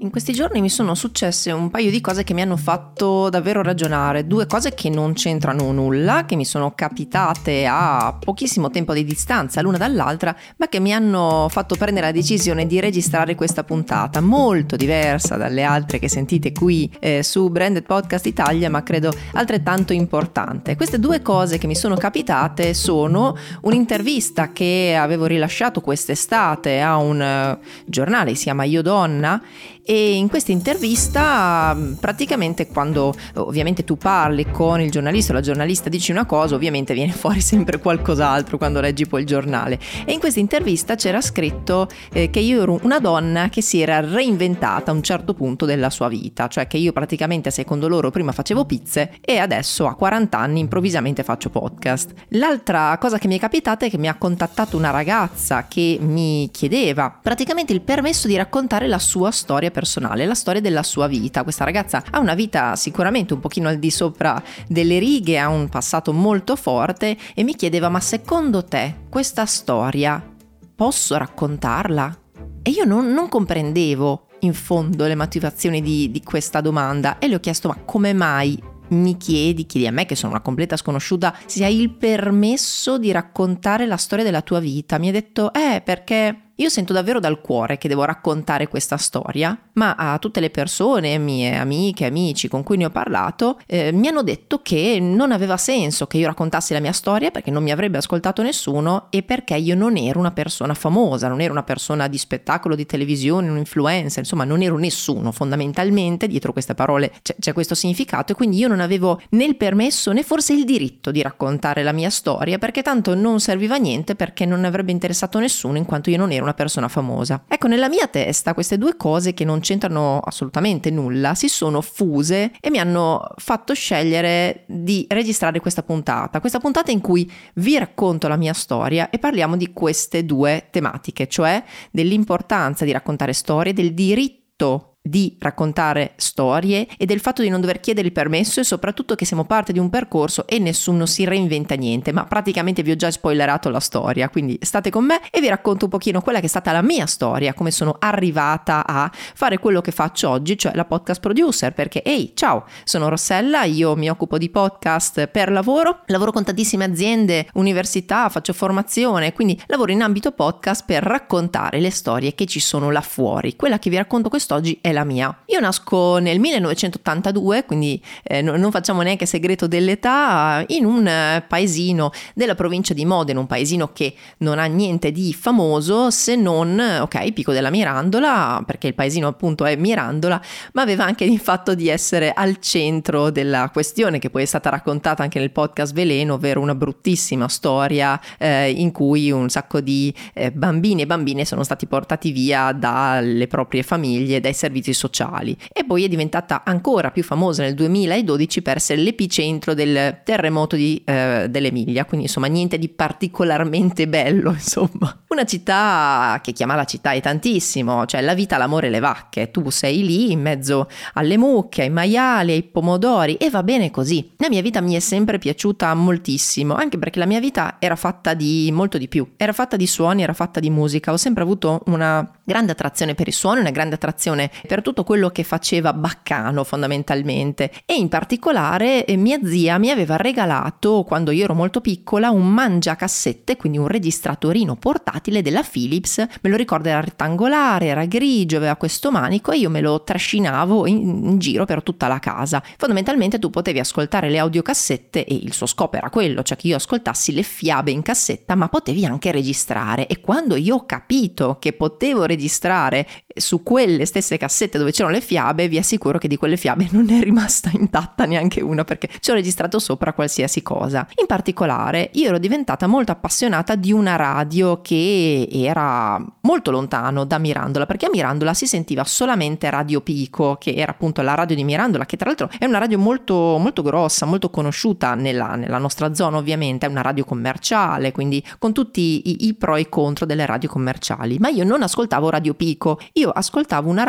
In questi giorni mi sono successe un paio di cose che mi hanno fatto davvero ragionare, due cose che non c'entrano nulla, che mi sono capitate a pochissimo tempo di distanza l'una dall'altra, ma che mi hanno fatto prendere la decisione di registrare questa puntata, molto diversa dalle altre che sentite qui su Branded Podcast Italia, ma credo altrettanto importante. Queste due cose che mi sono capitate sono un'intervista che avevo rilasciato quest'estate a un giornale, si chiama Io Donna, e in questa intervista praticamente quando ovviamente tu parli con il giornalista o la giornalista dici una cosa, ovviamente viene fuori sempre qualcos'altro quando leggi poi il giornale, e in questa intervista c'era scritto che io ero una donna che si era reinventata a un certo punto della sua vita, cioè che io praticamente secondo loro prima facevo pizze e adesso a 40 anni improvvisamente faccio podcast. L'altra cosa che mi è capitata è che mi ha contattato una ragazza che mi chiedeva praticamente il permesso di raccontare la sua storia personale, la storia della sua vita. Questa ragazza ha una vita sicuramente un pochino al di sopra delle righe, ha un passato molto forte e mi chiedeva: ma secondo te questa storia posso raccontarla? E io non comprendevo in fondo le motivazioni di questa domanda e le ho chiesto: ma come mai mi chiedi a me che sono una completa sconosciuta se hai il permesso di raccontare la storia della tua vita? Mi ha detto perché io sento davvero dal cuore che devo raccontare questa storia, ma a tutte le persone, mie amiche, amici con cui ne ho parlato, mi hanno detto che non aveva senso che io raccontassi la mia storia perché non mi avrebbe ascoltato nessuno e perché io non ero una persona famosa, non ero una persona di spettacolo, di televisione, un influencer, insomma non ero nessuno. Fondamentalmente dietro queste parole c'è questo significato e quindi io non avevo né il permesso né forse il diritto di raccontare la mia storia perché tanto non serviva a niente, perché non ne avrebbe interessato nessuno in quanto io non ero una persona famosa. Ecco, nella mia testa queste due cose che non c'entrano assolutamente nulla si sono fuse e mi hanno fatto scegliere di registrare questa puntata in cui vi racconto la mia storia e parliamo di queste due tematiche, cioè dell'importanza di raccontare storie, del diritto di raccontare storie e del fatto di non dover chiedere il permesso e soprattutto che siamo parte di un percorso e nessuno si reinventa niente, ma praticamente vi ho già spoilerato la storia, quindi state con me e vi racconto un pochino quella che è stata la mia storia, come sono arrivata a fare quello che faccio oggi, cioè la podcast producer, perché ciao, sono Rossella, io mi occupo di podcast per lavoro con tantissime aziende, università, faccio formazione, quindi lavoro in ambito podcast per raccontare le storie che ci sono là fuori. Quella che vi racconto quest'oggi è la mia. Io nasco nel 1982, quindi non facciamo neanche segreto dell'età, in un paesino della provincia di Modena, un paesino che non ha niente di famoso se non, Pico della Mirandola, perché il paesino appunto è Mirandola, ma aveva anche il fatto di essere al centro della questione che poi è stata raccontata anche nel podcast Veleno, ovvero una bruttissima storia in cui un sacco di bambini e bambine sono stati portati via dalle proprie famiglie, dai servizi sociali, e poi è diventata ancora più famosa nel 2012 per essere l'epicentro del terremoto dell'Emilia, quindi insomma niente di particolarmente bello, insomma. Una città che chiama la città è tantissimo, cioè la vita, l'amore e le vacche, tu sei lì in mezzo alle mucche, ai maiali, ai pomodori e va bene così. La mia vita mi è sempre piaciuta moltissimo, anche perché la mia vita era fatta di molto di più, era fatta di suoni, era fatta di musica, ho sempre avuto una grande attrazione per i suoni, una grande attrazione per tutto quello che faceva baccano fondamentalmente, e in particolare mia zia mi aveva regalato quando io ero molto piccola un mangiacassette, quindi un registratorino portatile della Philips, me lo ricordo, era rettangolare, era grigio, aveva questo manico e io me lo trascinavo in giro per tutta la casa. Fondamentalmente tu potevi ascoltare le audiocassette e il suo scopo era quello, cioè che io ascoltassi le fiabe in cassetta, ma potevi anche registrare, e quando io ho capito che potevo registrare su quelle stesse cassette dove c'erano le fiabe, vi assicuro che di quelle fiabe non è rimasta intatta neanche una, perché ci ho registrato sopra qualsiasi cosa. In particolare io ero diventata molto appassionata di una radio che era molto lontano da Mirandola, perché a Mirandola si sentiva solamente Radio Pico, che era appunto la radio di Mirandola, che tra l'altro è una radio molto, molto grossa, molto conosciuta nella nostra zona, ovviamente è una radio commerciale, quindi con tutti i pro e i contro delle radio commerciali. Ma io non ascoltavo Radio Pico, io ascoltavo una radio che si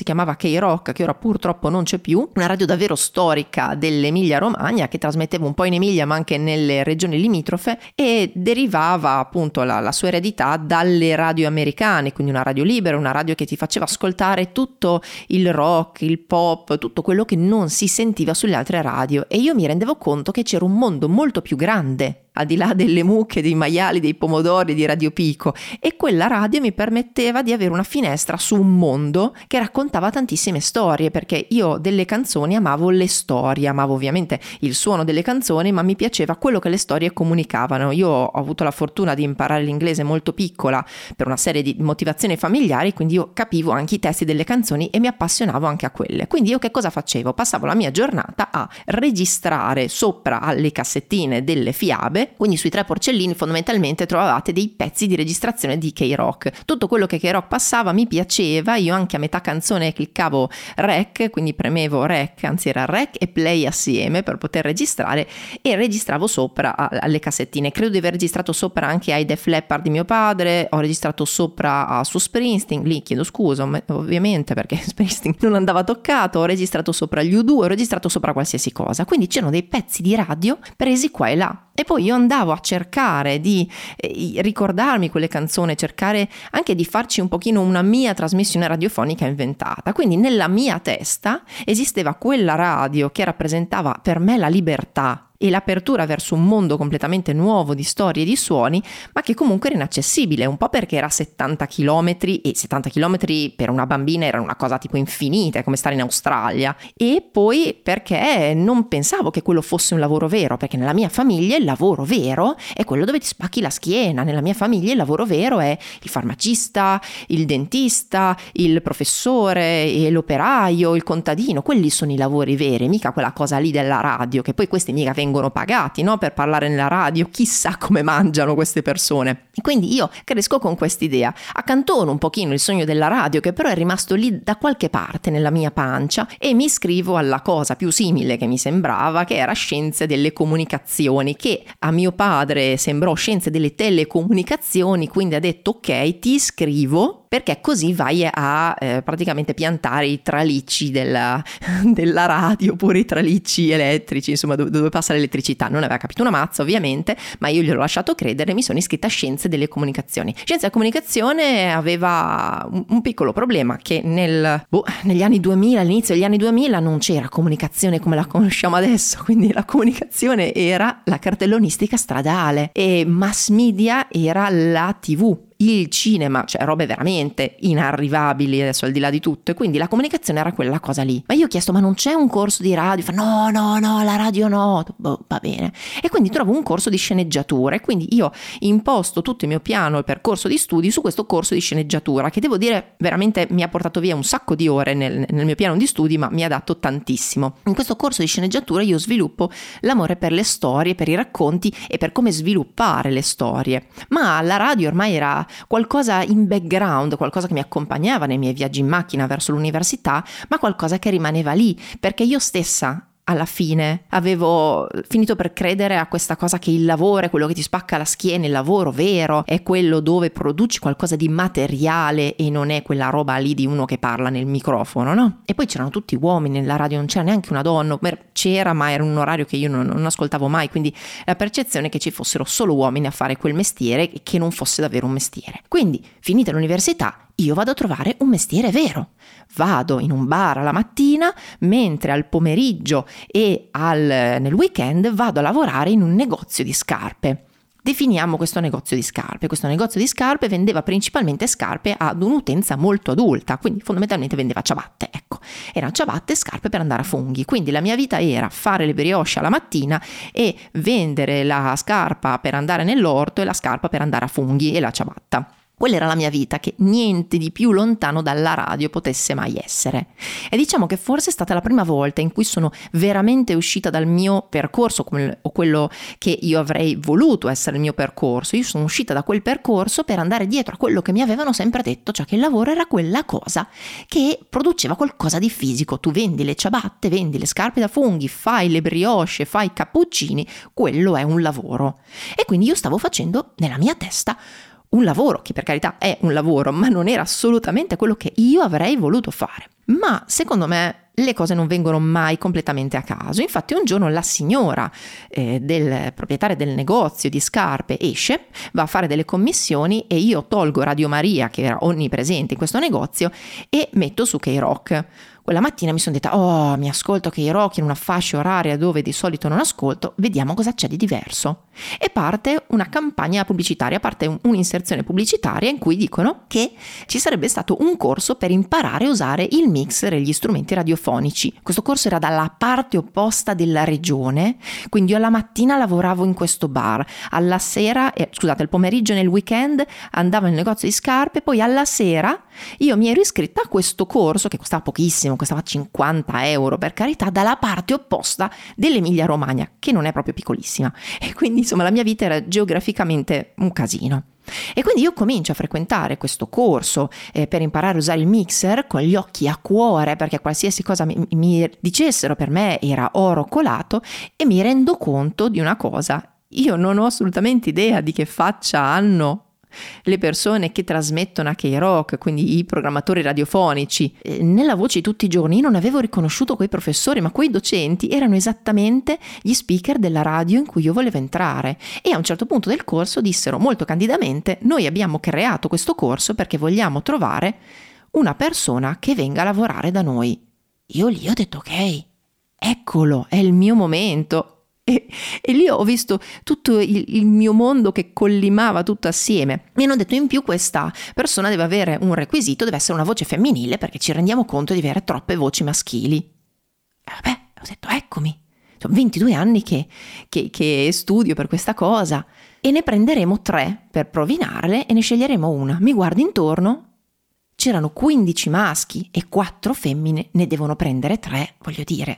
si chiamava K-Rock, che ora purtroppo non c'è più, una radio davvero storica dell'Emilia Romagna che trasmetteva un po' in Emilia ma anche nelle regioni limitrofe, e derivava appunto la sua eredità dalle radio americane, quindi una radio libera, una radio che ti faceva ascoltare tutto il rock, il pop, tutto quello che non si sentiva sulle altre radio, e io mi rendevo conto che c'era un mondo molto più grande al di là delle mucche, dei maiali, dei pomodori, di Radio Pico, e quella radio mi permetteva di avere una finestra su un mondo che raccontava tantissime storie, perché io delle canzoni amavo le storie, amavo ovviamente il suono delle canzoni, ma mi piaceva quello che le storie comunicavano. Io ho avuto la fortuna di imparare l'inglese molto piccola per una serie di motivazioni familiari, quindi io capivo anche i testi delle canzoni e mi appassionavo anche a quelle. Quindi io che cosa facevo? Passavo la mia giornata a registrare sopra alle cassettine delle fiabe. Quindi sui 3 porcellini fondamentalmente trovavate dei pezzi di registrazione di K-Rock. Tutto quello che K-Rock passava mi piaceva, io anche a metà canzone cliccavo rec, quindi premevo rec, anzi era rec e play assieme per poter registrare, e registravo sopra alle cassettine. Credo di aver registrato sopra anche ai Def Leppard di mio padre, ho registrato sopra su Springsteen, lì chiedo scusa ovviamente perché Springsteen non andava toccato, ho registrato sopra gli U2, ho registrato sopra qualsiasi cosa, quindi c'erano dei pezzi di radio presi qua e là. E poi io andavo a cercare di ricordarmi quelle canzoni, cercare anche di farci un pochino una mia trasmissione radiofonica inventata. Quindi nella mia testa esisteva quella radio che rappresentava per me la libertà e l'apertura verso un mondo completamente nuovo di storie e di suoni, ma che comunque era inaccessibile, un po' perché era 70 chilometri, e 70 chilometri per una bambina era una cosa tipo infinita, è come stare in Australia, e poi perché non pensavo che quello fosse un lavoro vero, perché nella mia famiglia il lavoro vero è quello dove ti spacchi la schiena. Nella mia famiglia il lavoro vero è il farmacista, il dentista, il professore, e l'operaio, il contadino. Quelli sono i lavori veri, mica quella cosa lì della radio, che poi questi mica vengono pagati, no, per parlare nella radio, chissà come mangiano queste persone. E quindi io cresco con quest'idea, accantono un pochino il sogno della radio, che però è rimasto lì da qualche parte nella mia pancia, e mi iscrivo alla cosa più simile che mi sembrava, che era scienze delle comunicazioni, che a mio padre sembrò scienze delle telecomunicazioni, quindi ha detto ok, ti iscrivo, perché così vai a praticamente piantare i tralicci della radio, oppure i tralicci elettrici, insomma dove passa l'elettricità. Non aveva capito una mazza ovviamente, ma io gliel'ho lasciato credere e mi sono iscritta a Scienze delle Comunicazioni. Scienze della Comunicazione aveva un piccolo problema, che negli anni 2000, all'inizio degli anni 2000 non c'era comunicazione come la conosciamo adesso, quindi la comunicazione era la cartellonistica stradale e mass media era la TV, il cinema, cioè robe veramente inarrivabili adesso al di là di tutto, e quindi la comunicazione era quella cosa lì. Ma io ho chiesto, ma non c'è un corso di radio? Fa no, la radio no. Va bene. E quindi trovo un corso di sceneggiatura, e quindi io imposto tutto il mio piano, il percorso di studi su questo corso di sceneggiatura, che devo dire veramente mi ha portato via un sacco di ore nel mio piano di studi, ma mi ha dato tantissimo. In questo corso di sceneggiatura io sviluppo l'amore per le storie, per i racconti e per come sviluppare le storie. Ma la radio ormai era qualcosa in background, qualcosa che mi accompagnava nei miei viaggi in macchina verso l'università, ma qualcosa che rimaneva lì, perché io stessa alla fine avevo finito per credere a questa cosa che il lavoro è quello che ti spacca la schiena, il lavoro vero è quello dove produci qualcosa di materiale e non è quella roba lì di uno che parla nel microfono, no? E poi c'erano tutti uomini nella radio, non c'era neanche una donna, c'era, ma era un orario che io non ascoltavo mai, quindi la percezione è che ci fossero solo uomini a fare quel mestiere e che non fosse davvero un mestiere. Quindi, finita l'università, io vado a trovare un mestiere vero. Vado in un bar alla mattina, mentre al pomeriggio e nel weekend vado a lavorare in un negozio di scarpe. Definiamo questo negozio di scarpe. Questo negozio di scarpe vendeva principalmente scarpe ad un'utenza molto adulta, quindi fondamentalmente vendeva ciabatte, ecco. Erano ciabatte e scarpe per andare a funghi, quindi la mia vita era fare le brioche alla mattina e vendere la scarpa per andare nell'orto e la scarpa per andare a funghi e la ciabatta. Quella era la mia vita, che niente di più lontano dalla radio potesse mai essere. E diciamo che forse è stata la prima volta in cui sono veramente uscita dal mio percorso, o quello che io avrei voluto essere il mio percorso. Io sono uscita da quel percorso per andare dietro a quello che mi avevano sempre detto, cioè che il lavoro era quella cosa che produceva qualcosa di fisico. Tu vendi le ciabatte, vendi le scarpe da funghi, fai le brioche, fai i cappuccini, quello è un lavoro. E quindi io stavo facendo nella mia testa un lavoro, che per carità è un lavoro, ma non era assolutamente quello che io avrei voluto fare. Ma secondo me le cose non vengono mai completamente a caso. Infatti un giorno la signora del proprietario del negozio di scarpe esce, va a fare delle commissioni e io tolgo Radio Maria, che era onnipresente in questo negozio, e metto su K-Rock. Quella mattina mi sono detta, mi ascolto K-Rock in una fascia oraria dove di solito non ascolto, vediamo cosa c'è di diverso. E parte una campagna pubblicitaria, parte un'inserzione pubblicitaria in cui dicono che ci sarebbe stato un corso per imparare a usare il mixer e gli strumenti radiofonici. Questo corso era dalla parte opposta della regione, quindi io alla mattina lavoravo in questo bar, alla sera, al pomeriggio nel weekend andavo nel negozio di scarpe, poi alla sera io mi ero iscritta a questo corso che costava pochissimo, costava 50 euro per carità, dalla parte opposta dell'Emilia Romagna, che non è proprio piccolissima, e quindi insomma la mia vita era geograficamente un casino. E quindi io comincio a frequentare questo corso per imparare a usare il mixer con gli occhi a cuore, perché qualsiasi cosa mi dicessero per me era oro colato, e mi rendo conto di una cosa: io non ho assolutamente idea di che faccia hanno le persone che trasmettono a K-Rock, quindi i programmatori radiofonici. Nella voce di tutti i giorni io non avevo riconosciuto quei professori, ma quei docenti erano esattamente gli speaker della radio in cui io volevo entrare, e a un certo punto del corso dissero molto candidamente: noi abbiamo creato questo corso perché vogliamo trovare una persona che venga a lavorare da noi. Io lì ho detto ok, eccolo, è il mio momento. E lì ho visto tutto il mio mondo che collimava tutto assieme. Mi hanno detto in più questa persona deve avere un requisito, deve essere una voce femminile, perché ci rendiamo conto di avere troppe voci maschili. E vabbè, ho detto eccomi, sono 22 anni che studio per questa cosa, e ne prenderemo 3 per provinarle e ne sceglieremo una. Mi guardo intorno, c'erano 15 maschi e 4 femmine, ne devono prendere 3, voglio dire.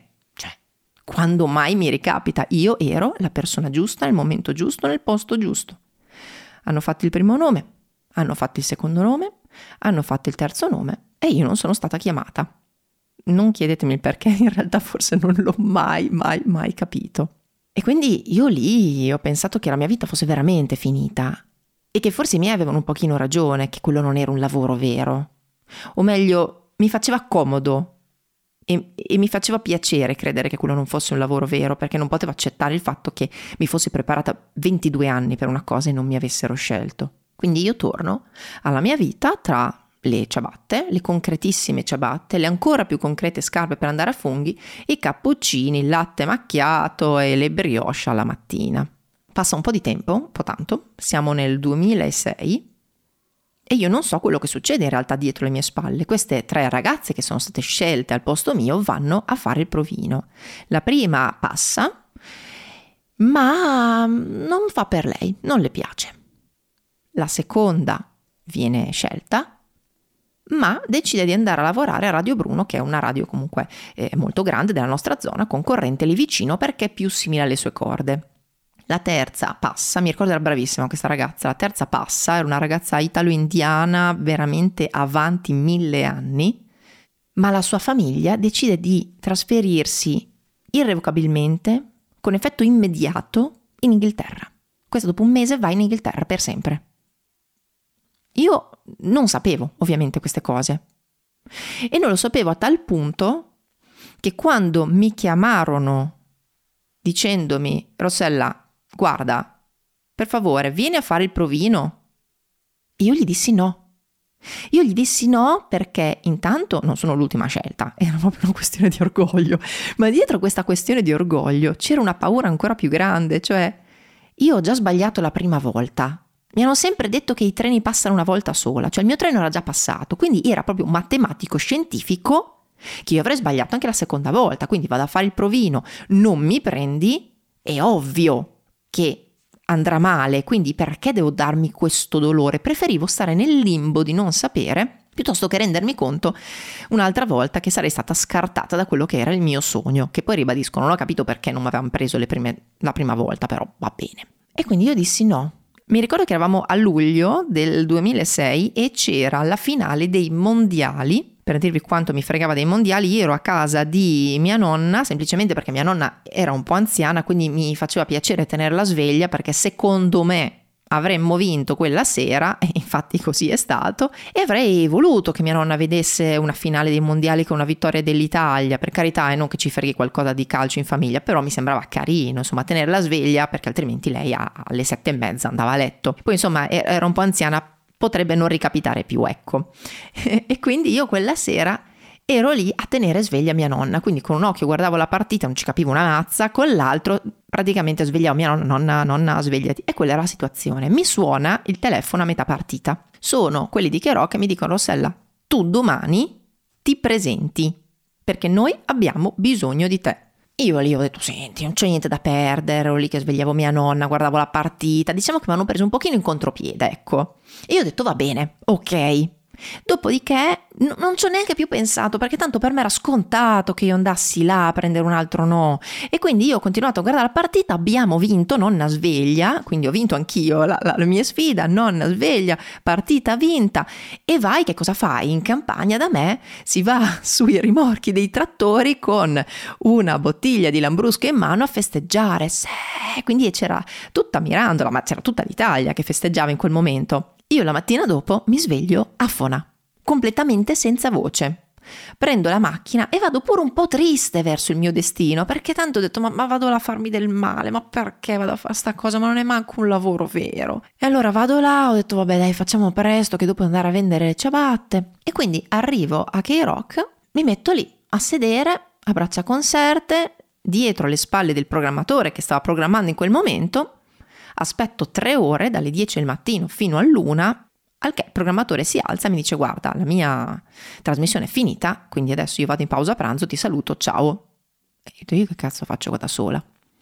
Quando mai mi ricapita, io ero la persona giusta, nel momento giusto, nel posto giusto. Hanno fatto il primo nome, hanno fatto il secondo nome, hanno fatto il terzo nome e io non sono stata chiamata. Non chiedetemi il perché, in realtà forse non l'ho mai capito. E quindi io lì ho pensato che la mia vita fosse veramente finita e che forse i miei avevano un pochino ragione, che quello non era un lavoro vero. O meglio, mi faceva comodo. E mi faceva piacere credere che quello non fosse un lavoro vero, perché non potevo accettare il fatto che mi fossi preparata 22 anni per una cosa e non mi avessero scelto. Quindi io torno alla mia vita tra le ciabatte, le concretissime ciabatte, le ancora più concrete scarpe per andare a funghi, i cappuccini, il latte macchiato e le brioche alla mattina. Passa un po' di tempo, un po' tanto, siamo nel 2006, e io non so quello che succede in realtà dietro le mie spalle. Queste 3 ragazze che sono state scelte al posto mio vanno a fare il provino. La prima passa, ma non fa per lei, non le piace. La seconda viene scelta, ma decide di andare a lavorare a Radio Bruno, che è una radio comunque molto grande della nostra zona, concorrente lì vicino, perché è più simile alle sue corde. La terza passa, mi ricordo era bravissima questa ragazza, la terza passa, era una ragazza italo-indiana veramente avanti 1000 anni, ma la sua famiglia decide di trasferirsi irrevocabilmente, con effetto immediato, in Inghilterra. Questo dopo un mese va in Inghilterra per sempre. Io non sapevo ovviamente queste cose, e non lo sapevo a tal punto che quando mi chiamarono dicendomi: Rossella, guarda, per favore, vieni a fare il provino. Io gli dissi no. Io gli dissi no perché intanto non sono l'ultima scelta, era proprio una questione di orgoglio, ma dietro questa questione di orgoglio c'era una paura ancora più grande, cioè io ho già sbagliato la prima volta. Mi hanno sempre detto che i treni passano una volta sola, cioè il mio treno era già passato, quindi era proprio matematico, scientifico, che io avrei sbagliato anche la seconda volta, quindi vado a fare il provino, non mi prendi, è ovvio che andrà male, quindi perché devo darmi questo dolore? Preferivo stare nel limbo di non sapere piuttosto che rendermi conto un'altra volta che sarei stata scartata da quello che era il mio sogno, che poi ribadisco, non ho capito perché non mi avevano preso la prima volta, però va bene. E quindi io dissi no. Mi ricordo che eravamo a luglio del 2006 e c'era la finale dei mondiali. Per dirvi quanto mi fregava dei mondiali, io ero a casa di mia nonna, semplicemente perché mia nonna era un po' anziana, quindi mi faceva piacere tenerla sveglia, perché secondo me avremmo vinto quella sera, e infatti così è stato, e avrei voluto che mia nonna vedesse una finale dei mondiali con una vittoria dell'Italia, per carità, e non che ci freghi qualcosa di calcio in famiglia, però mi sembrava carino, insomma, tenerla sveglia, perché altrimenti lei alle 7:30 andava a letto. Poi insomma era un po' anziana, potrebbe non ricapitare più, ecco. E quindi io quella sera ero lì a tenere sveglia mia nonna, quindi con un occhio guardavo la partita, non ci capivo una mazza, con l'altro praticamente svegliavo mia nonna, nonna svegliati, e quella era la situazione. Mi suona il telefono a metà partita, sono quelli di Che Rock che mi dicono: Rossella, tu domani ti presenti, perché noi abbiamo bisogno di te. Io lì ho detto: senti, non c'è niente da perdere, ero lì che svegliavo mia nonna, guardavo la partita, diciamo che mi hanno preso un pochino in contropiede, ecco. E io ho detto: va bene, ok. Dopodiché non ci ho neanche più pensato, perché tanto per me era scontato che io andassi là a prendere un altro no, e quindi io ho continuato a guardare la partita. Abbiamo vinto, nonna sveglia, quindi ho vinto anch'io la mia sfida, nonna sveglia, partita vinta. E vai, che cosa fai? In campagna da me si va sui rimorchi dei trattori con una bottiglia di Lambrusco in mano a festeggiare. Quindi c'era tutta Mirandola, ma c'era tutta l'Italia che festeggiava in quel momento. Io la mattina dopo mi sveglio afona, completamente senza voce. Prendo la macchina e vado pure un po' triste verso il mio destino, perché tanto ho detto: ma vado là a farmi del male, ma perché vado a fare sta cosa, ma non è manco un lavoro vero. E allora vado là, ho detto: vabbè dai, facciamo presto che dopo andare a vendere le ciabatte. E quindi arrivo a Che Rock, mi metto lì a sedere a braccia conserte, dietro le spalle del programmatore che stava programmando in quel momento. Aspetto 3 ore, dalle 10 del mattino fino all'1, al che il programmatore si alza e mi dice: guarda, la mia trasmissione è finita, quindi adesso io vado in pausa pranzo, ti saluto, ciao. E io dico: io che cazzo faccio qua da sola?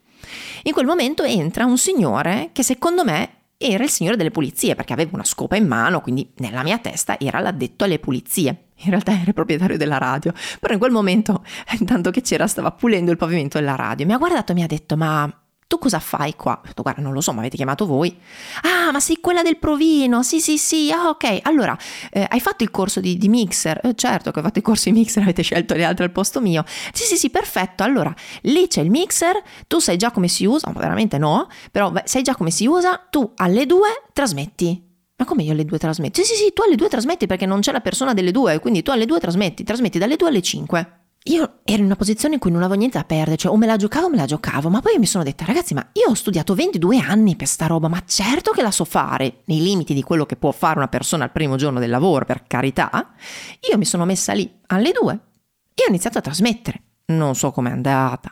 In quel momento entra un signore che secondo me era il signore delle pulizie, perché aveva una scopa in mano, quindi nella mia testa era l'addetto alle pulizie. In realtà era il proprietario della radio, però in quel momento, intanto che c'era, stava pulendo il pavimento della radio. Mi ha guardato e mi ha detto: ma tu cosa fai qua? Ho detto: guarda, non lo so, ma avete chiamato voi. Ah, ma sei quella del provino? Sì, ah, ok. Allora, hai fatto il corso di mixer? Certo che ho fatto il corso di mixer, avete scelto le altre al posto mio. Sì, perfetto. Allora, lì c'è il mixer, tu sai già come si usa? Veramente no, però sai già come si usa, tu alle 2 trasmetti. Ma come io alle 2 trasmetti? Sì, tu alle 2 trasmetti, perché non c'è la persona delle 2, quindi tu alle 2 trasmetti dalle 2 alle 5. Io ero in una posizione in cui non avevo niente da perdere, cioè o me la giocavo, ma poi mi sono detta: ragazzi, ma io ho studiato 22 anni per sta roba, ma certo che la so fare, nei limiti di quello che può fare una persona al primo giorno del lavoro, per carità. Io mi sono messa lì alle 2 e ho iniziato a trasmettere. Non so com'è andata.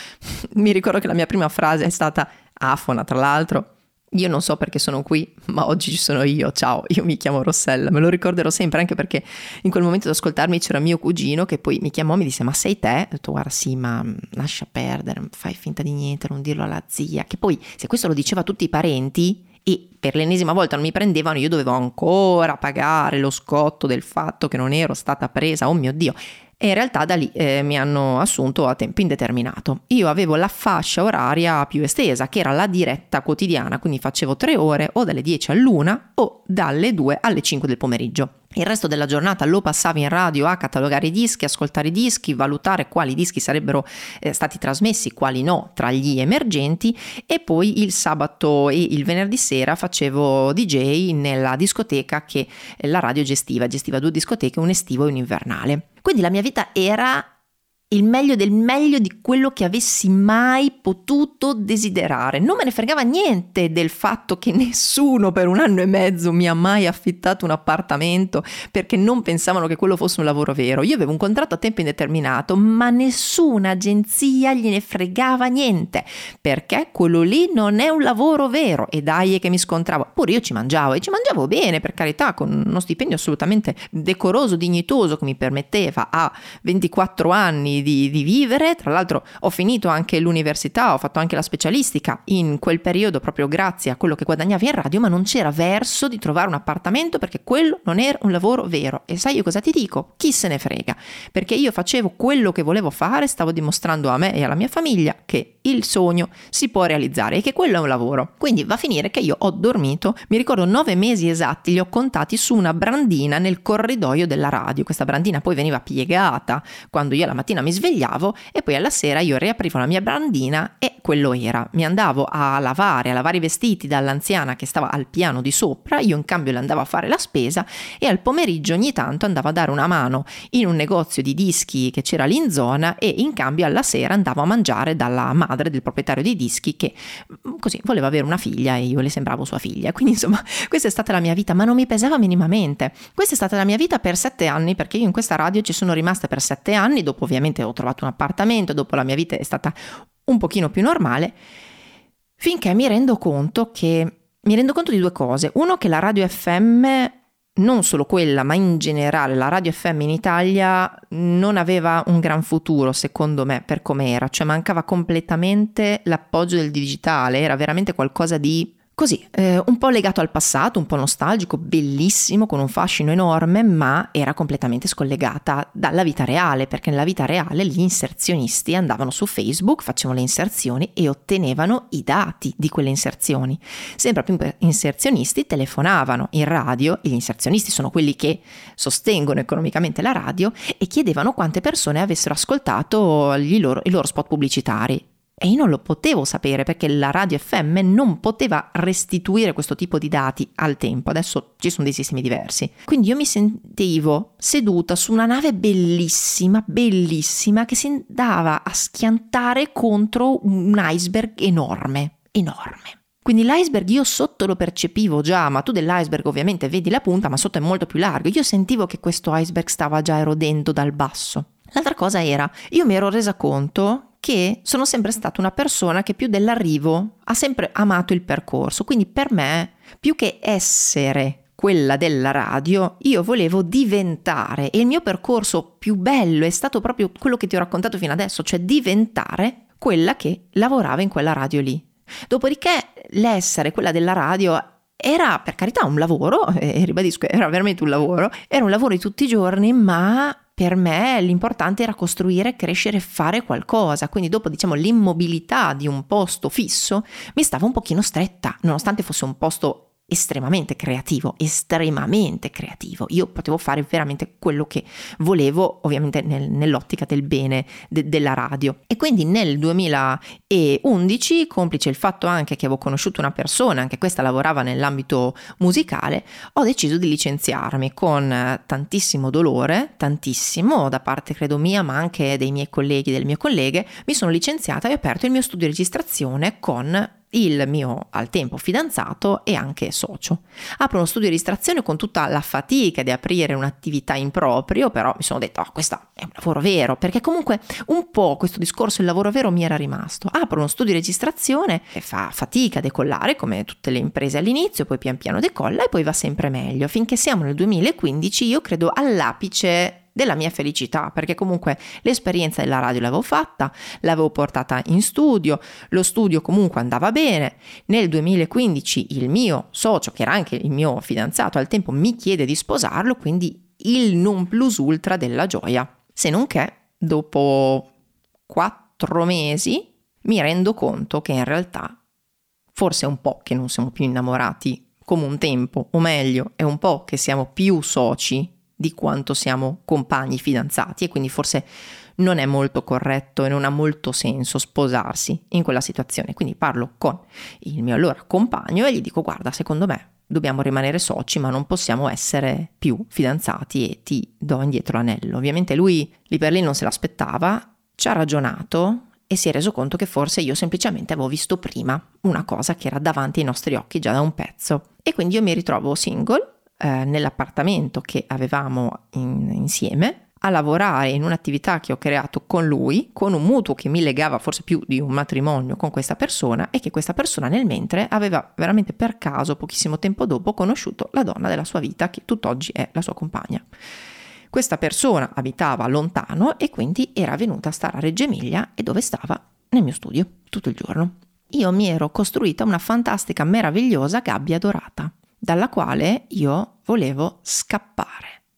Mi ricordo che la mia prima frase è stata afona, tra l'altro: io non so perché sono qui, ma oggi ci sono io, ciao, io mi chiamo Rossella. Me lo ricorderò sempre, anche perché in quel momento ad ascoltarmi c'era mio cugino che poi mi chiamò e mi disse: ma sei te? Ho detto: guarda, sì, ma lascia perdere, fai finta di niente, non dirlo alla zia. Che poi, se questo lo diceva a tutti i parenti e per l'ennesima volta non mi prendevano, io dovevo ancora pagare lo scotto del fatto che non ero stata presa, oh mio Dio. E in realtà da lì mi hanno assunto a tempo indeterminato. Io avevo la fascia oraria più estesa, che era la diretta quotidiana, quindi facevo 3 ore o dalle 10 all'1 o dalle 2 alle 5 del pomeriggio. Il resto della giornata lo passavo in radio a catalogare i dischi, ascoltare i dischi, valutare quali dischi sarebbero stati trasmessi, quali no, tra gli emergenti, e poi il sabato e il venerdì sera facevo DJ nella discoteca che la radio gestiva 2 discoteche, un estivo e un invernale. Quindi la mia vita era il meglio del meglio di quello che avessi mai potuto desiderare. Non me ne fregava niente del fatto che nessuno per 1 anno e mezzo mi ha mai affittato un appartamento, perché non pensavano che quello fosse un lavoro vero. Io avevo un contratto a tempo indeterminato, ma nessuna agenzia gliene fregava niente, perché quello lì non è un lavoro vero. E dai che mi scontravo. Pure io ci mangiavo, e ci mangiavo bene, per carità, con uno stipendio assolutamente decoroso, dignitoso, che mi permetteva a 24 anni di vivere. Tra l'altro ho finito anche l'università, ho fatto anche la specialistica in quel periodo proprio grazie a quello che guadagnavi in radio, ma non c'era verso di trovare un appartamento, perché quello non era un lavoro vero. E sai io cosa ti dico? Chi se ne frega, perché io facevo quello che volevo fare, stavo dimostrando a me e alla mia famiglia che il sogno si può realizzare e che quello è un lavoro. Quindi va a finire che io ho dormito, mi ricordo 9 mesi esatti, li ho contati su una brandina nel corridoio della radio. Questa brandina poi veniva piegata quando io la mattina mi svegliavo e poi alla sera io riaprivo la mia brandina e quello era. Mi andavo a lavare i vestiti dall'anziana che stava al piano di sopra, io in cambio le andavo a fare la spesa e al pomeriggio ogni tanto andavo a dare una mano in un negozio di dischi che c'era lì in zona e in cambio alla sera andavo a mangiare dalla madre del proprietario dei dischi che così voleva avere una figlia e io le sembravo sua figlia. Quindi insomma questa è stata la mia vita, ma non mi pesava minimamente. Questa è stata la mia vita per 7 anni, perché io in questa radio ci sono rimasta per 7 anni, dopo ovviamente ho trovato un appartamento, dopo la mia vita è stata un pochino più normale, finché mi rendo conto di due cose. Uno, che la radio FM, non solo quella, ma in generale la radio FM in Italia non aveva un gran futuro, secondo me, per come era, cioè mancava completamente l'appoggio del digitale, era veramente qualcosa di così, un po' legato al passato, un po' nostalgico, bellissimo, con un fascino enorme, ma era completamente scollegata dalla vita reale, perché nella vita reale gli inserzionisti andavano su Facebook, facevano le inserzioni e ottenevano i dati di quelle inserzioni. Sempre più inserzionisti telefonavano in radio, e gli inserzionisti sono quelli che sostengono economicamente la radio, e chiedevano quante persone avessero ascoltato i loro spot pubblicitari. E io non lo potevo sapere perché la radio FM non poteva restituire questo tipo di dati al tempo. Adesso ci sono dei sistemi diversi. Quindi io mi sentivo seduta su una nave bellissima, bellissima, che si andava a schiantare contro un iceberg enorme, enorme. Quindi l'iceberg io sotto lo percepivo già, ma tu dell'iceberg ovviamente vedi la punta, ma sotto è molto più largo. Io sentivo che questo iceberg stava già erodendo dal basso. L'altra cosa era, io mi ero resa conto che sono sempre stata una persona che più dell'arrivo ha sempre amato il percorso, quindi per me, più che essere quella della radio, io volevo diventare, e il mio percorso più bello è stato proprio quello che ti ho raccontato fino adesso, cioè diventare quella che lavorava in quella radio lì. Dopodiché l'essere quella della radio era per carità un lavoro, e ribadisco, era veramente un lavoro di tutti i giorni, ma per me l'importante era costruire, crescere e fare qualcosa. Quindi dopo, diciamo, l'immobilità di un posto fisso mi stava un pochino stretta, nonostante fosse un posto estremamente creativo. Io potevo fare veramente quello che volevo, ovviamente nell'ottica del bene della radio. E quindi nel 2011, complice il fatto anche che avevo conosciuto una persona, anche questa lavorava nell'ambito musicale, ho deciso di licenziarmi con tantissimo dolore, tantissimo, da parte credo mia, ma anche dei miei colleghi, delle mie colleghe. Mi sono licenziata e ho aperto il mio studio di registrazione con il mio al tempo fidanzato e anche socio. Apro uno studio di registrazione con tutta la fatica di aprire un'attività in proprio, però mi sono detto, questo è un lavoro vero, perché comunque un po' questo discorso del lavoro vero mi era rimasto. Apro uno studio di registrazione che fa fatica a decollare come tutte le imprese all'inizio, poi pian piano decolla e poi va sempre meglio, finché siamo nel 2015, io credo all'apice della mia felicità, perché comunque l'esperienza della radio l'avevo fatta, l'avevo portata in studio, lo studio comunque andava bene. Nel 2015 il mio socio, che era anche il mio fidanzato al tempo, mi chiede di sposarlo, quindi il non plus ultra della gioia. Se non che dopo 4 mesi mi rendo conto che in realtà forse è un po' che non siamo più innamorati come un tempo, o meglio è un po' che siamo più soci di quanto siamo compagni fidanzati, e quindi forse non è molto corretto e non ha molto senso sposarsi in quella situazione. Quindi parlo con il mio allora compagno e gli dico, guarda, secondo me dobbiamo rimanere soci, ma non possiamo essere più fidanzati, e ti do indietro l'anello. Ovviamente lui lì per lì non se l'aspettava, ci ha ragionato e si è reso conto che forse io semplicemente avevo visto prima una cosa che era davanti ai nostri occhi già da un pezzo, e quindi io mi ritrovo single nell'appartamento che avevamo insieme, a lavorare in un'attività che ho creato con lui, con un mutuo che mi legava forse più di un matrimonio con questa persona, e che questa persona nel mentre aveva veramente per caso pochissimo tempo dopo conosciuto la donna della sua vita, che tutt'oggi è la sua compagna. Questa persona abitava lontano e quindi era venuta a stare a Reggio Emilia, e dove stava? Nel mio studio tutto il giorno. Io mi ero costruita una fantastica, meravigliosa gabbia dorata, dalla quale io volevo scappare.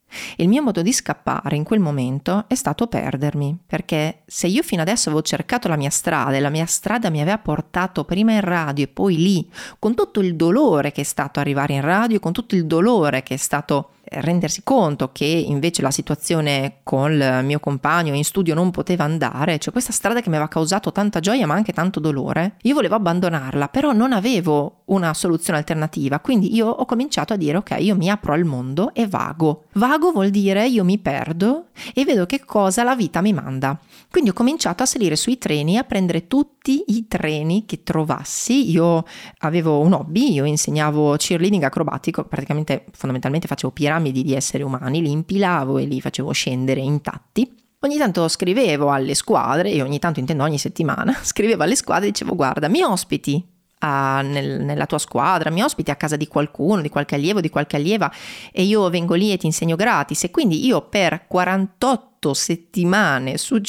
Il mio modo di scappare in quel momento è stato perdermi, perché se io fino adesso avevo cercato la mia strada e la mia strada mi aveva portato prima in radio e poi lì, con tutto il dolore che è stato arrivare in radio, con tutto il dolore che è stato rendersi conto che invece la situazione con il mio compagno in studio non poteva andare, cioè questa strada che mi aveva causato tanta gioia ma anche tanto dolore, io volevo abbandonarla, però non avevo una soluzione alternativa, quindi io ho cominciato a dire ok, io mi apro al mondo e vago. Vago vuol dire io mi perdo e vedo che cosa la vita mi manda. Quindi ho cominciato a salire sui treni, a prendere tutti i treni che trovassi. Io avevo un hobby, io insegnavo cheerleading acrobatico, praticamente fondamentalmente facevo piramidi di esseri umani, li impilavo e li facevo scendere intatti. Ogni tanto scrivevo alle squadre, e ogni tanto intendo ogni settimana, scrivevo alle squadre e dicevo guarda, mi ospiti nella tua squadra, mi ospiti a casa di qualcuno, di qualche allievo, di qualche allieva e io vengo lì e ti insegno gratis. E quindi io per 48 settimane su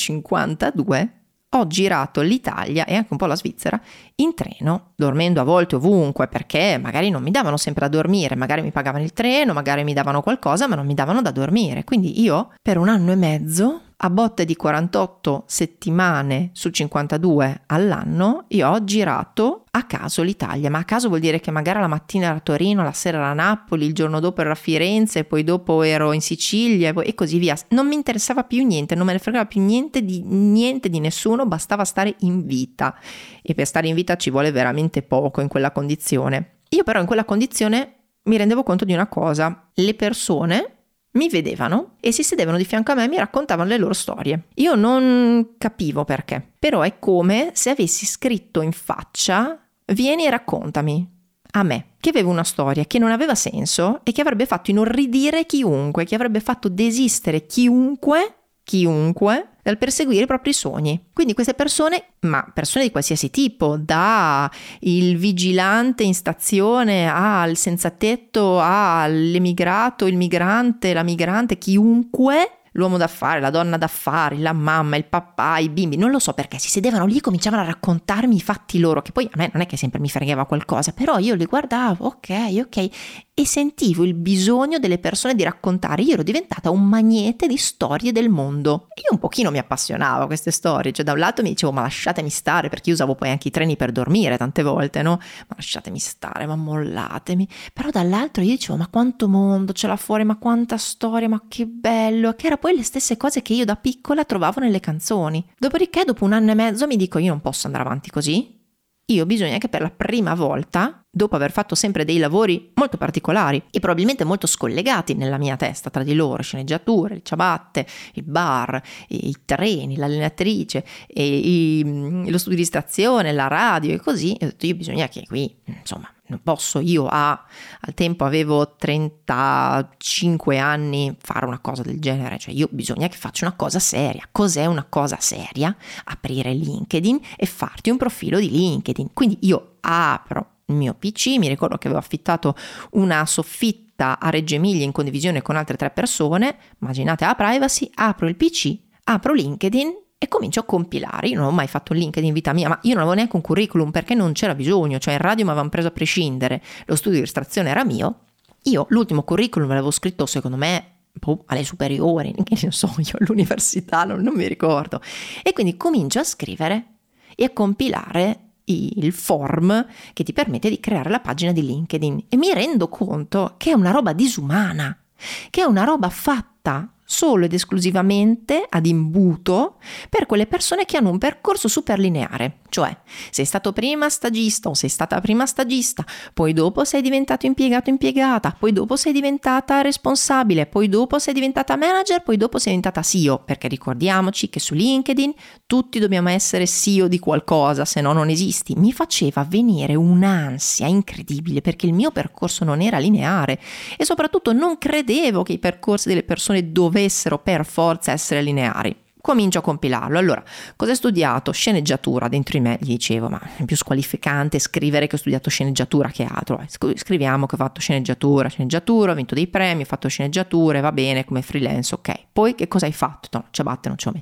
52 ho girato l'Italia e anche un po' la Svizzera in treno, dormendo a volte ovunque, perché magari non mi davano sempre da dormire, magari mi pagavano il treno, magari mi davano qualcosa, ma non mi davano da dormire. Quindi io per 1 anno e mezzo, a botte di 48 settimane su 52 all'anno, io ho girato a caso l'Italia. Ma a caso vuol dire che magari la mattina ero a Torino, la sera ero a Napoli, il giorno dopo ero a Firenze, poi dopo ero in Sicilia e così via. Non mi interessava più niente, non me ne fregava più niente di nessuno, bastava stare in vita. E per stare in vita ci vuole veramente poco in quella condizione. Io però in quella condizione mi rendevo conto di una cosa: le persone mi vedevano e si sedevano di fianco a me e mi raccontavano le loro storie. Io non capivo perché, però è come se avessi scritto in faccia: vieni e raccontami. A me, che avevo una storia che non aveva senso e che avrebbe fatto inorridire chiunque, che avrebbe fatto desistere chiunque dal perseguire i propri sogni. Quindi queste persone, ma persone di qualsiasi tipo, da il vigilante in stazione al senza tetto, all'emigrato, il migrante, la migrante, chiunque, l'uomo d'affari, la donna d'affari, la mamma, il papà, i bimbi, non lo so perché, si sedevano lì e cominciavano a raccontarmi i fatti loro, che poi a me non è che sempre mi fregava qualcosa, però io li guardavo, ok, e sentivo il bisogno delle persone di raccontare. Io ero diventata un magnete di storie del mondo. E io un pochino mi appassionavo a queste storie, cioè da un lato mi dicevo ma lasciatemi stare, perché io usavo poi anche i treni per dormire tante volte, no? Ma lasciatemi stare, ma mollatemi. Però dall'altro io dicevo ma quanto mondo c'è là fuori, ma quanta storia, ma che bello, che era poi le stesse cose che io da piccola trovavo nelle canzoni. Dopodiché dopo 1 anno e mezzo mi dico io non posso andare avanti così. Io bisogna che per la prima volta, dopo aver fatto sempre dei lavori molto particolari e probabilmente molto scollegati nella mia testa tra di loro, sceneggiature, le ciabatte, il bar, i treni, l'allenatrice, lo studio di stazione, la radio e così, ho detto io bisogna che qui, insomma, non posso io al tempo avevo 35 anni fare una cosa del genere, cioè io bisogna che faccia una cosa seria. Cos'è una cosa seria? Aprire LinkedIn e farti un profilo di LinkedIn. Quindi io apro il mio PC, mi ricordo che avevo affittato una soffitta a Reggio Emilia in condivisione con altre 3 persone, immaginate la privacy, apro il PC, apro LinkedIn e comincio a compilare. Io non ho mai fatto un LinkedIn in vita mia, ma io non avevo neanche un curriculum perché non c'era bisogno, cioè in radio mi avevano preso a prescindere, lo studio di istruzione era mio. Io l'ultimo curriculum l'avevo scritto secondo me alle superiori, che ne so io, all'università, non mi ricordo. E quindi comincio a scrivere e a compilare il form che ti permette di creare la pagina di LinkedIn e mi rendo conto che è una roba disumana, che è una roba fatta solo ed esclusivamente ad imbuto per quelle persone che hanno un percorso super lineare, cioè sei stato prima stagista o sei stata prima stagista, poi dopo sei diventato impiegato impiegata, poi dopo sei diventata responsabile, poi dopo sei diventata manager, poi dopo sei diventata CEO, perché ricordiamoci che su LinkedIn tutti dobbiamo essere CEO di qualcosa, se no non esisti. Mi faceva venire un'ansia incredibile perché il mio percorso non era lineare e soprattutto non credevo che i percorsi delle persone dovessero per forza essere lineari. Comincio a compilarlo. Allora, cosa hai studiato? Sceneggiatura. Dentro di me gli dicevo, ma è più squalificante scrivere che ho studiato sceneggiatura che altro. Scriviamo che ho fatto sceneggiatura, ho vinto dei premi, ho fatto sceneggiature, va bene, come freelance, ok. Poi che cosa hai fatto? No, ciabatte non ce lo mettiamo.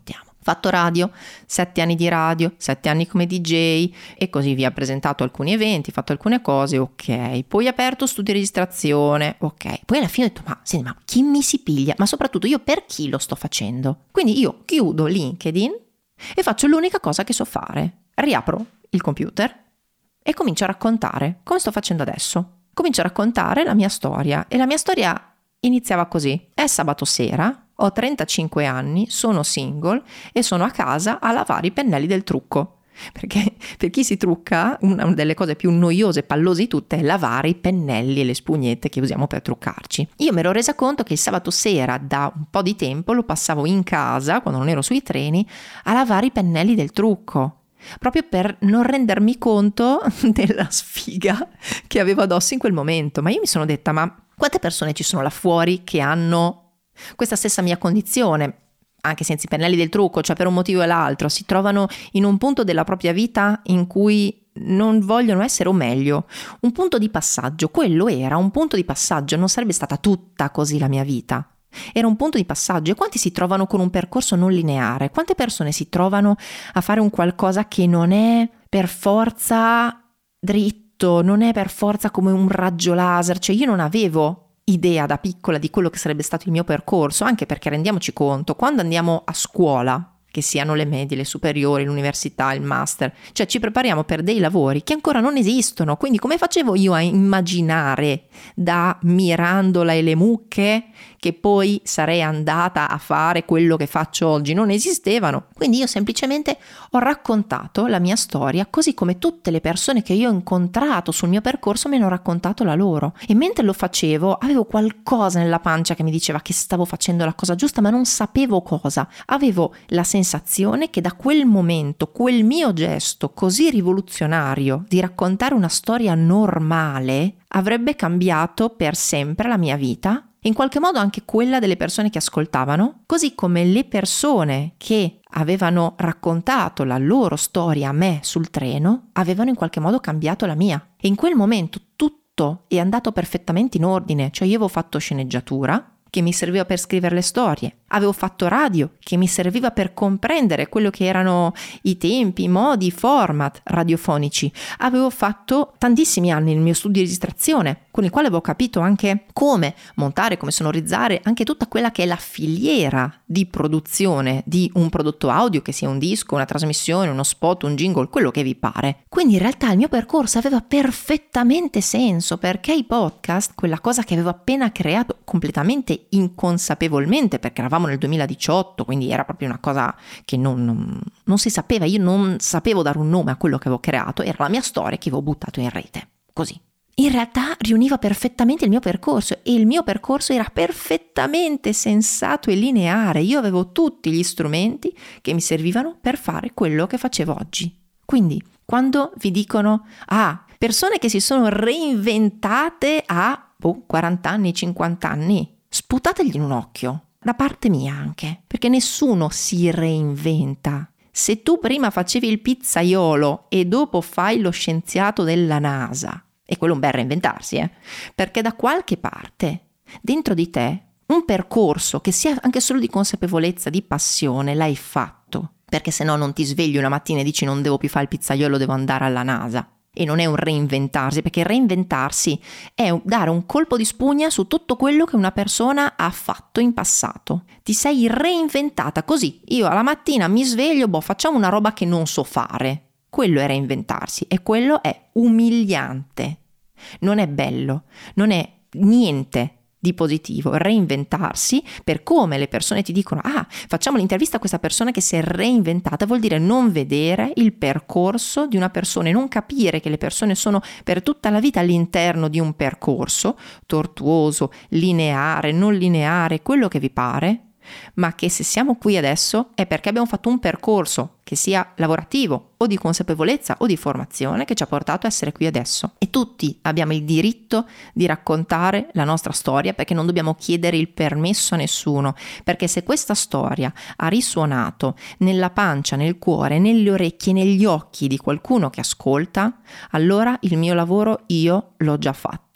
Fatto radio, 7 anni di radio, 7 anni come DJ e così via, presentato alcuni eventi, fatto alcune cose, ok. Poi aperto studio di registrazione, ok. Poi alla fine ho detto, ma chi mi si piglia? Ma soprattutto io per chi lo sto facendo? Quindi io chiudo LinkedIn e faccio l'unica cosa che so fare. Riapro il computer e comincio a raccontare, come sto facendo adesso. Comincio a raccontare la mia storia e la mia storia iniziava così. È sabato sera. Ho 35 anni, sono single e sono a casa a lavare i pennelli del trucco. Perché per chi si trucca, una delle cose più noiose e pallose di tutte è lavare i pennelli e le spugnette che usiamo per truccarci. Io mi ero resa conto che il sabato sera da un po' di tempo lo passavo in casa, quando non ero sui treni, a lavare i pennelli del trucco. Proprio per non rendermi conto della sfiga che avevo addosso in quel momento. Ma io mi sono detta, ma quante persone ci sono là fuori che hanno questa stessa mia condizione, anche senza i pennelli del trucco, cioè per un motivo o l'altro, si trovano in un punto della propria vita in cui non vogliono essere, o meglio, un punto di passaggio. Quello era un punto di passaggio, non sarebbe stata tutta così la mia vita. Era un punto di passaggio. E quanti si trovano con un percorso non lineare? Quante persone si trovano a fare un qualcosa che non è per forza dritto, non è per forza come un raggio laser? Cioè io non avevo idea da piccola di quello che sarebbe stato il mio percorso, anche perché rendiamoci conto, quando andiamo a scuola, che siano le medie, le superiori, l'università, il master, cioè ci prepariamo per dei lavori che ancora non esistono, quindi come facevo io a immaginare da Mirandola e le mucche che poi sarei andata a fare quello che faccio oggi? Non esistevano. Quindi io semplicemente ho raccontato la mia storia, così come tutte le persone che io ho incontrato sul mio percorso mi hanno raccontato la loro. E mentre lo facevo avevo qualcosa nella pancia che mi diceva che stavo facendo la cosa giusta, ma non sapevo cosa. Avevo la sensazione che da quel momento, quel mio gesto così rivoluzionario di raccontare una storia normale avrebbe cambiato per sempre la mia vita, in qualche modo anche quella delle persone che ascoltavano, così come le persone che avevano raccontato la loro storia a me sul treno avevano in qualche modo cambiato la mia. E in quel momento tutto è andato perfettamente in ordine, cioè io avevo fatto sceneggiatura che mi serviva per scrivere le storie, avevo fatto radio che mi serviva per comprendere quello che erano i tempi, i modi, i format radiofonici, avevo fatto tantissimi anni nel mio studio di registrazione con il quale avevo capito anche come montare, come sonorizzare anche tutta quella che è la filiera di produzione di un prodotto audio, che sia un disco, una trasmissione, uno spot, un jingle, quello che vi pare. Quindi in realtà il mio percorso aveva perfettamente senso, perché i podcast, quella cosa che avevo appena creato completamente inconsapevolmente, perché eravamo nel 2018, quindi era proprio una cosa che non si sapeva, io non sapevo dare un nome a quello che avevo creato, era la mia storia che avevo buttato in rete, così. In realtà riuniva perfettamente il mio percorso e il mio percorso era perfettamente sensato e lineare. Io avevo tutti gli strumenti che mi servivano per fare quello che facevo oggi. Quindi, quando vi dicono, persone che si sono reinventate a 40 anni, 50 anni, sputategli in un occhio, da parte mia anche, perché nessuno si reinventa. Se tu prima facevi il pizzaiolo e dopo fai lo scienziato della NASA, e quello è un bel reinventarsi, perché da qualche parte, dentro di te, un percorso che sia anche solo di consapevolezza, di passione, l'hai fatto, perché se no non ti svegli una mattina e dici non devo più fare il pizzaiolo, devo andare alla NASA. E non è un reinventarsi, perché reinventarsi è dare un colpo di spugna su tutto quello che una persona ha fatto in passato. Ti sei reinventata così. Io alla mattina mi sveglio, facciamo una roba che non so fare. Quello è reinventarsi e quello è umiliante. Non è bello, non è niente di positivo. Reinventarsi, per come le persone ti dicono facciamo l'intervista a questa persona che si è reinventata, vuol dire non vedere il percorso di una persona e non capire che le persone sono per tutta la vita all'interno di un percorso tortuoso, lineare, non lineare, quello che vi pare, ma che se siamo qui adesso è perché abbiamo fatto un percorso che sia lavorativo o di consapevolezza o di formazione che ci ha portato a essere qui adesso. E tutti abbiamo il diritto di raccontare la nostra storia, perché non dobbiamo chiedere il permesso a nessuno, perché se questa storia ha risuonato nella pancia, nel cuore, nelle orecchie, negli occhi di qualcuno che ascolta, allora il mio lavoro io l'ho già fatto.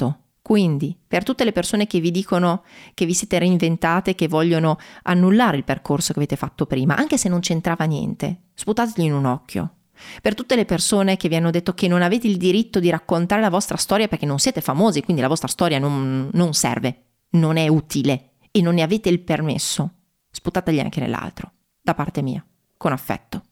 Quindi, per tutte le persone che vi dicono che vi siete reinventate, che vogliono annullare il percorso che avete fatto prima, anche se non c'entrava niente, sputategli in un occhio. Per tutte le persone che vi hanno detto che non avete il diritto di raccontare la vostra storia perché non siete famosi, quindi la vostra storia non serve, non è utile e non ne avete il permesso, sputategli anche nell'altro, da parte mia, con affetto.